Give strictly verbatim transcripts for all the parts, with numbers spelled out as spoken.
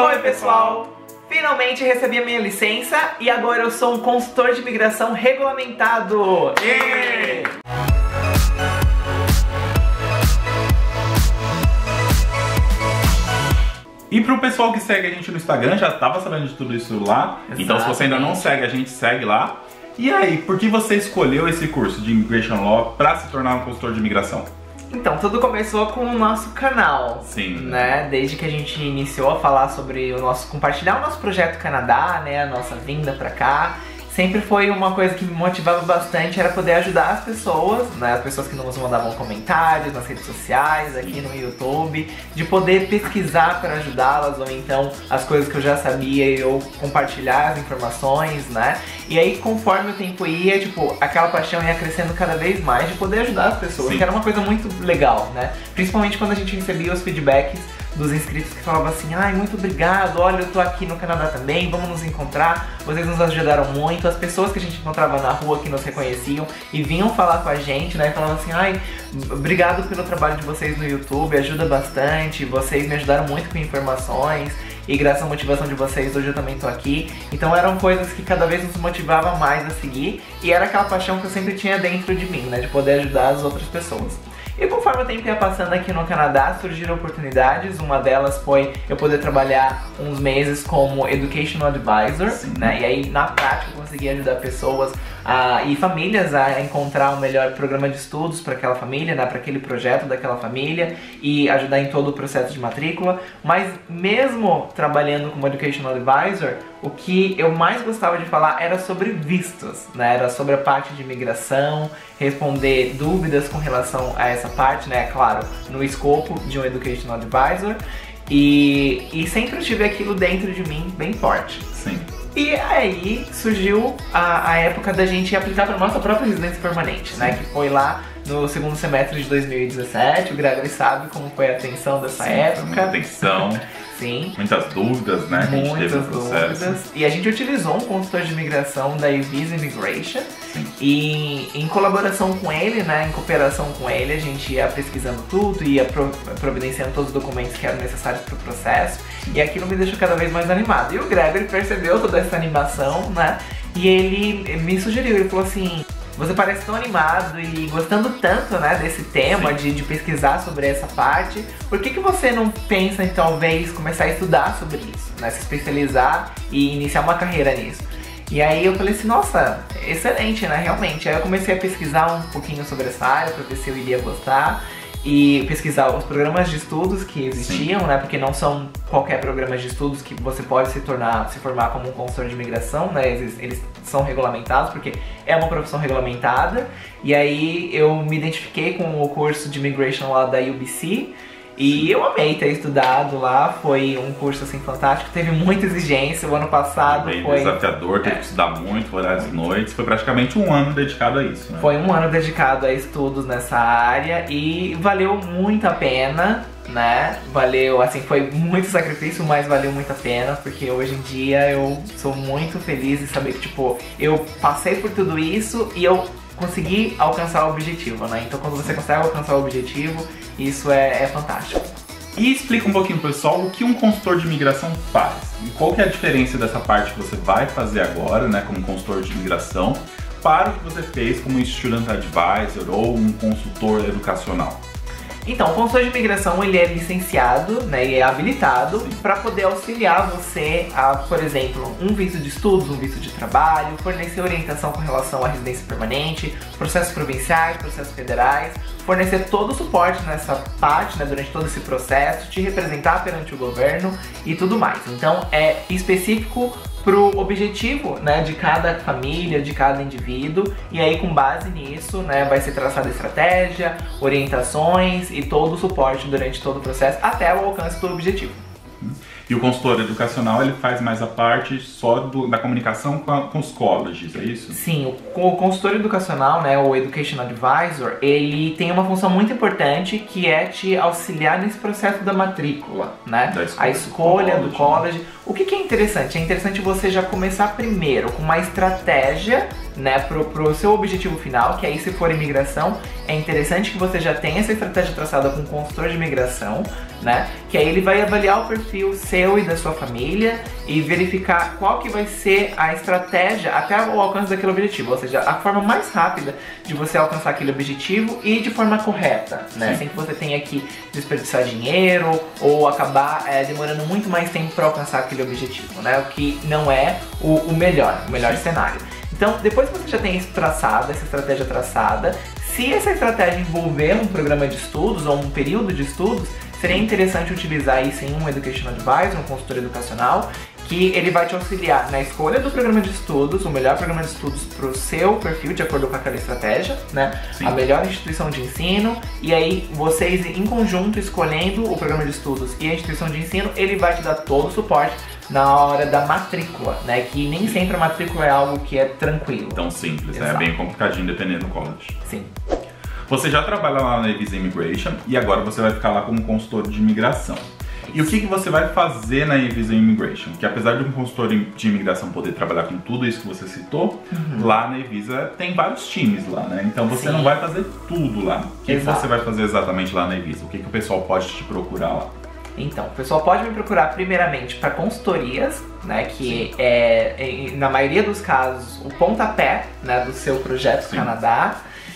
Oi pessoal! Finalmente recebi a minha licença e agora eu sou um consultor de imigração regulamentado! Yeah! E pro pessoal que segue a gente no Instagram, já tava sabendo de tudo isso lá. Exatamente. Então se você ainda não segue a gente, segue lá. E aí, por que você escolheu esse curso de Immigration Law para se tornar um consultor de imigração? Então, tudo começou com o nosso canal. Sim. Né? Desde que a gente iniciou a falar sobre o nosso, compartilhar o nosso projeto Canadá, né? A nossa vinda pra cá. Sempre foi uma coisa que me motivava bastante, era poder ajudar as pessoas, né? As pessoas que nos mandavam comentários nas redes sociais, aqui no YouTube, de poder pesquisar para ajudá-las, ou então as coisas que eu já sabia eu compartilhar as informações, né? E aí, conforme o tempo ia, tipo, aquela paixão ia crescendo cada vez mais de poder ajudar as pessoas, Sim. que era uma coisa muito legal, né? Principalmente quando a gente recebia os feedbacks dos inscritos que falavam assim: ai, muito obrigado, olha, eu tô aqui no Canadá também, vamos nos encontrar, vocês nos ajudaram muito. As pessoas que a gente encontrava na rua que nos reconheciam e vinham falar com a gente, né, falavam assim: ai, obrigado pelo trabalho de vocês no YouTube, ajuda bastante, vocês me ajudaram muito com informações e graças à motivação de vocês hoje eu também tô aqui. Então eram coisas que cada vez nos motivavam mais a seguir e era aquela paixão que eu sempre tinha dentro de mim, né, de poder ajudar as outras pessoas. E conforme o tempo ia passando aqui no Canadá, surgiram oportunidades. Uma delas foi eu poder trabalhar uns meses como Educational Advisor, né? E aí, na prática, eu consegui ajudar pessoas a, e famílias a encontrar o melhor programa de estudos para aquela família, né? Para aquele projeto daquela família e ajudar em todo o processo de matrícula. Mas mesmo trabalhando como Educational Advisor, o que eu mais gostava de falar era sobre vistos, né? Era sobre a parte de imigração, responder dúvidas com relação a essa parte, né? Claro, no escopo de um Educational Advisor. E, e sempre eu tive aquilo dentro de mim bem forte. Sim. E aí surgiu a, a época da gente aplicar para nossa própria residência permanente, Sim. né? Que foi lá no segundo semestre de dois mil e dezessete. O Gregory sabe como foi a tensão dessa Sim, época. Muita tensão. Sim. Muitas dúvidas, né? Que a gente teve no processo. Dúvidas. E a gente utilizou um consultor de imigração da Visa Immigration. Sim. E em colaboração com ele, né? Em cooperação com ele, a gente ia pesquisando tudo, ia providenciando todos os documentos que eram necessários para o processo. E aquilo me deixou cada vez mais animado. E o Gregory percebeu toda essa animação, né? E ele me sugeriu, ele falou assim: você parece tão animado e gostando tanto, né, desse tema, de, de pesquisar sobre essa parte, por que que você não pensa em talvez começar a estudar sobre isso, né, se especializar e iniciar uma carreira nisso? E aí eu falei assim: nossa, excelente, né, realmente. Aí eu comecei a pesquisar um pouquinho sobre essa área para ver se eu iria gostar e pesquisar os programas de estudos que existiam, Sim. né, porque não são qualquer programa de estudos que você pode se tornar, se formar como um consultor de imigração, né, eles, eles são regulamentados porque é uma profissão regulamentada. E aí eu me identifiquei com o curso de Immigration Law da U B C e eu amei ter estudado lá, foi um curso assim fantástico, teve muita exigência. O ano passado bem foi desafiador, teve é. que estudar muito, várias noites, foi praticamente um ano dedicado a isso, né? Foi um ano dedicado a estudos nessa área e valeu muito a pena, né? Valeu, assim, foi muito sacrifício, mas valeu muito a pena, porque hoje em dia eu sou muito feliz em saber que, tipo, eu passei por tudo isso e eu consegui alcançar o objetivo, né? Então quando você consegue alcançar o objetivo, isso é, é fantástico. E explica um pouquinho, pessoal, o que um consultor de imigração faz. E qual que é a diferença dessa parte que você vai fazer agora, né, como consultor de imigração, para o que você fez como Student Advisor ou um consultor educacional. Então, o consultor de imigração, ele é licenciado, né, e é habilitado para poder auxiliar você a, por exemplo, um visto de estudos, um visto de trabalho, fornecer orientação com relação à residência permanente, processos provinciais, processos federais, fornecer todo o suporte nessa parte, né, durante todo esse processo, te representar perante o governo e tudo mais. Então, é específico pro objetivo, né, de cada família, de cada indivíduo, e aí com base nisso, né, vai ser traçada estratégia, orientações e todo o suporte durante todo o processo até o alcance do objetivo. E o consultor educacional, ele faz mais a parte só do, da comunicação com, a, com os colleges, é isso? Sim, o, o consultor educacional, né, o Education Advisor, ele tem uma função muito importante que é te auxiliar nesse processo da matrícula, né? Da escolha, a escolha do college. Do college. O que, que é interessante? É interessante você já começar primeiro com uma estratégia, né, pro, pro seu objetivo final, que aí se for imigração, é interessante que você já tenha essa estratégia traçada com o consultor de imigração, né? Que aí ele vai avaliar o perfil seu e da sua família e verificar qual que vai ser a estratégia até o alcance daquele objetivo, ou seja, a forma mais rápida de você alcançar aquele objetivo e de forma correta, né? Sem que você tenha que desperdiçar dinheiro ou acabar é, demorando muito mais tempo para alcançar aquele objetivo, né? O que não é o, o melhor, o melhor Sim. cenário. Então, depois que você já tem isso traçado, essa estratégia traçada, se essa estratégia envolver um programa de estudos ou um período de estudos, seria interessante utilizar isso em um Education Advisor, um consultor educacional, que ele vai te auxiliar na escolha do programa de estudos, o melhor programa de estudos para o seu perfil, de acordo com aquela estratégia, né? Sim. A melhor instituição de ensino, e aí vocês em conjunto escolhendo o programa de estudos e a instituição de ensino, ele vai te dar todo o suporte na hora da matrícula, né? Que nem sempre a matrícula é algo que é tranquilo. Tão simples, né? É bem complicadinho dependendo do college. Sim. Você já trabalha lá na Evisa Immigration e agora você vai ficar lá como consultor de imigração. E o que, que você vai fazer na Evisa Immigration? Que apesar de um consultor de imigração poder trabalhar com tudo isso que você citou, uhum. lá na Evisa tem vários times lá, né? Então você Sim. não vai fazer tudo lá. O que, que você vai fazer exatamente lá na Evisa? O que, que o pessoal pode te procurar lá? Então, o pessoal pode me procurar primeiramente para consultorias, né, que é, é, na maioria dos casos, o pontapé, né, do seu projeto Sim. Canadá.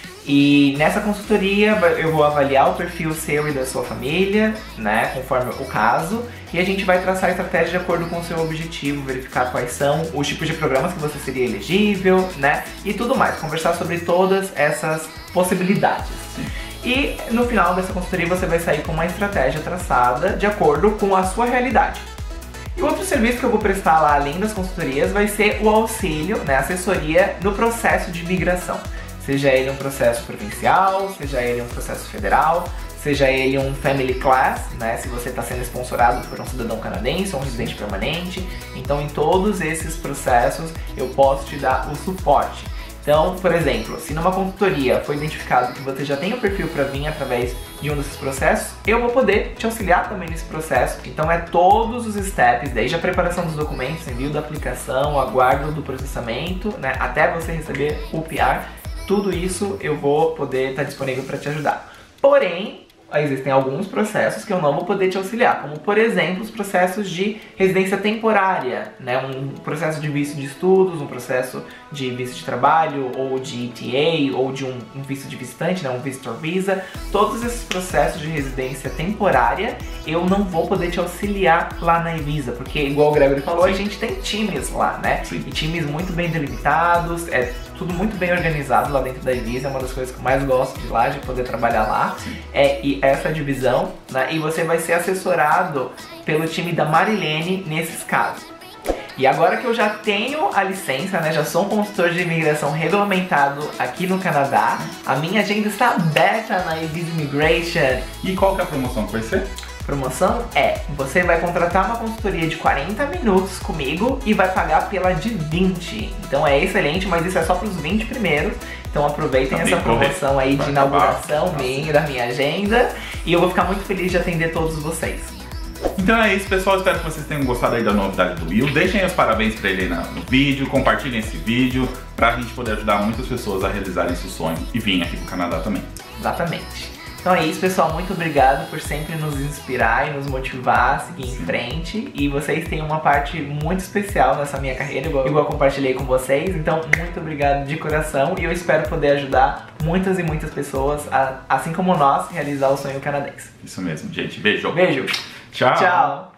E nessa consultoria eu vou avaliar o perfil seu e da sua família, né, conforme o caso, e a gente vai traçar a estratégia de acordo com o seu objetivo, verificar quais são os tipos de programas que você seria elegível, né, e tudo mais, conversar sobre todas essas possibilidades. Sim. E no final dessa consultoria você vai sair com uma estratégia traçada de acordo com a sua realidade. E outro serviço que eu vou prestar lá, além das consultorias, vai ser o auxílio, né, assessoria no processo de imigração. Seja ele um processo provincial, seja ele um processo federal, seja ele um family class, né, se você está sendo sponsorado por um cidadão canadense ou um residente permanente. Então, em todos esses processos, eu posso te dar o suporte. Então, por exemplo, se numa consultoria foi identificado que você já tem o perfil para vir através de um desses processos, eu vou poder te auxiliar também nesse processo. Então é todos os steps, desde a preparação dos documentos, envio da aplicação, aguardo do processamento, né, até você receber o P R, tudo isso eu vou poder estar disponível para te ajudar. Porém, existem alguns processos que eu não vou poder te auxiliar, como por exemplo os processos de residência temporária, né? Um processo de visto de estudos, um processo de visto de trabalho, ou de E T A, ou de um, um visto de visitante, né? Um visitor visa. Todos esses processos de residência temporária eu não vou poder te auxiliar lá na Evisa, porque igual o Gregory falou, Sim. a gente tem times lá, né? Sim. E times muito bem delimitados, é tudo muito bem organizado lá dentro da Evisa, é uma das coisas que eu mais gosto de lá, de poder trabalhar lá. Sim. É, e essa divisão, né? E você vai ser assessorado pelo time da Marilene nesses casos. E agora que eu já tenho a licença, né, já sou um consultor de imigração regulamentado aqui no Canadá, a minha agenda está aberta na Evisa Immigration. E qual que é a promoção que vai ser? Promoção é, você vai contratar uma consultoria de quarenta minutos comigo e vai pagar pela de vinte. Então é excelente, mas isso é só para os vinte primeiros. Então aproveitem essa promoção aí de inauguração minha, da minha agenda. E eu vou ficar muito feliz de atender todos vocês. Então é isso, pessoal. Espero que vocês tenham gostado aí da novidade do Will. Deixem os parabéns pra ele aí no vídeo, compartilhem esse vídeo pra gente poder ajudar muitas pessoas a realizarem esse sonho e vir aqui pro Canadá também. Exatamente. Então é isso, pessoal. Muito obrigado por sempre nos inspirar e nos motivar a seguir Sim. em frente. E vocês têm uma parte muito especial nessa minha carreira, igual, igual eu compartilhei com vocês. Então, muito obrigado de coração. E eu espero poder ajudar muitas e muitas pessoas, a, assim como nós, realizar o sonho canadense. Isso mesmo, gente. Beijo. Beijo. Tchau. Tchau.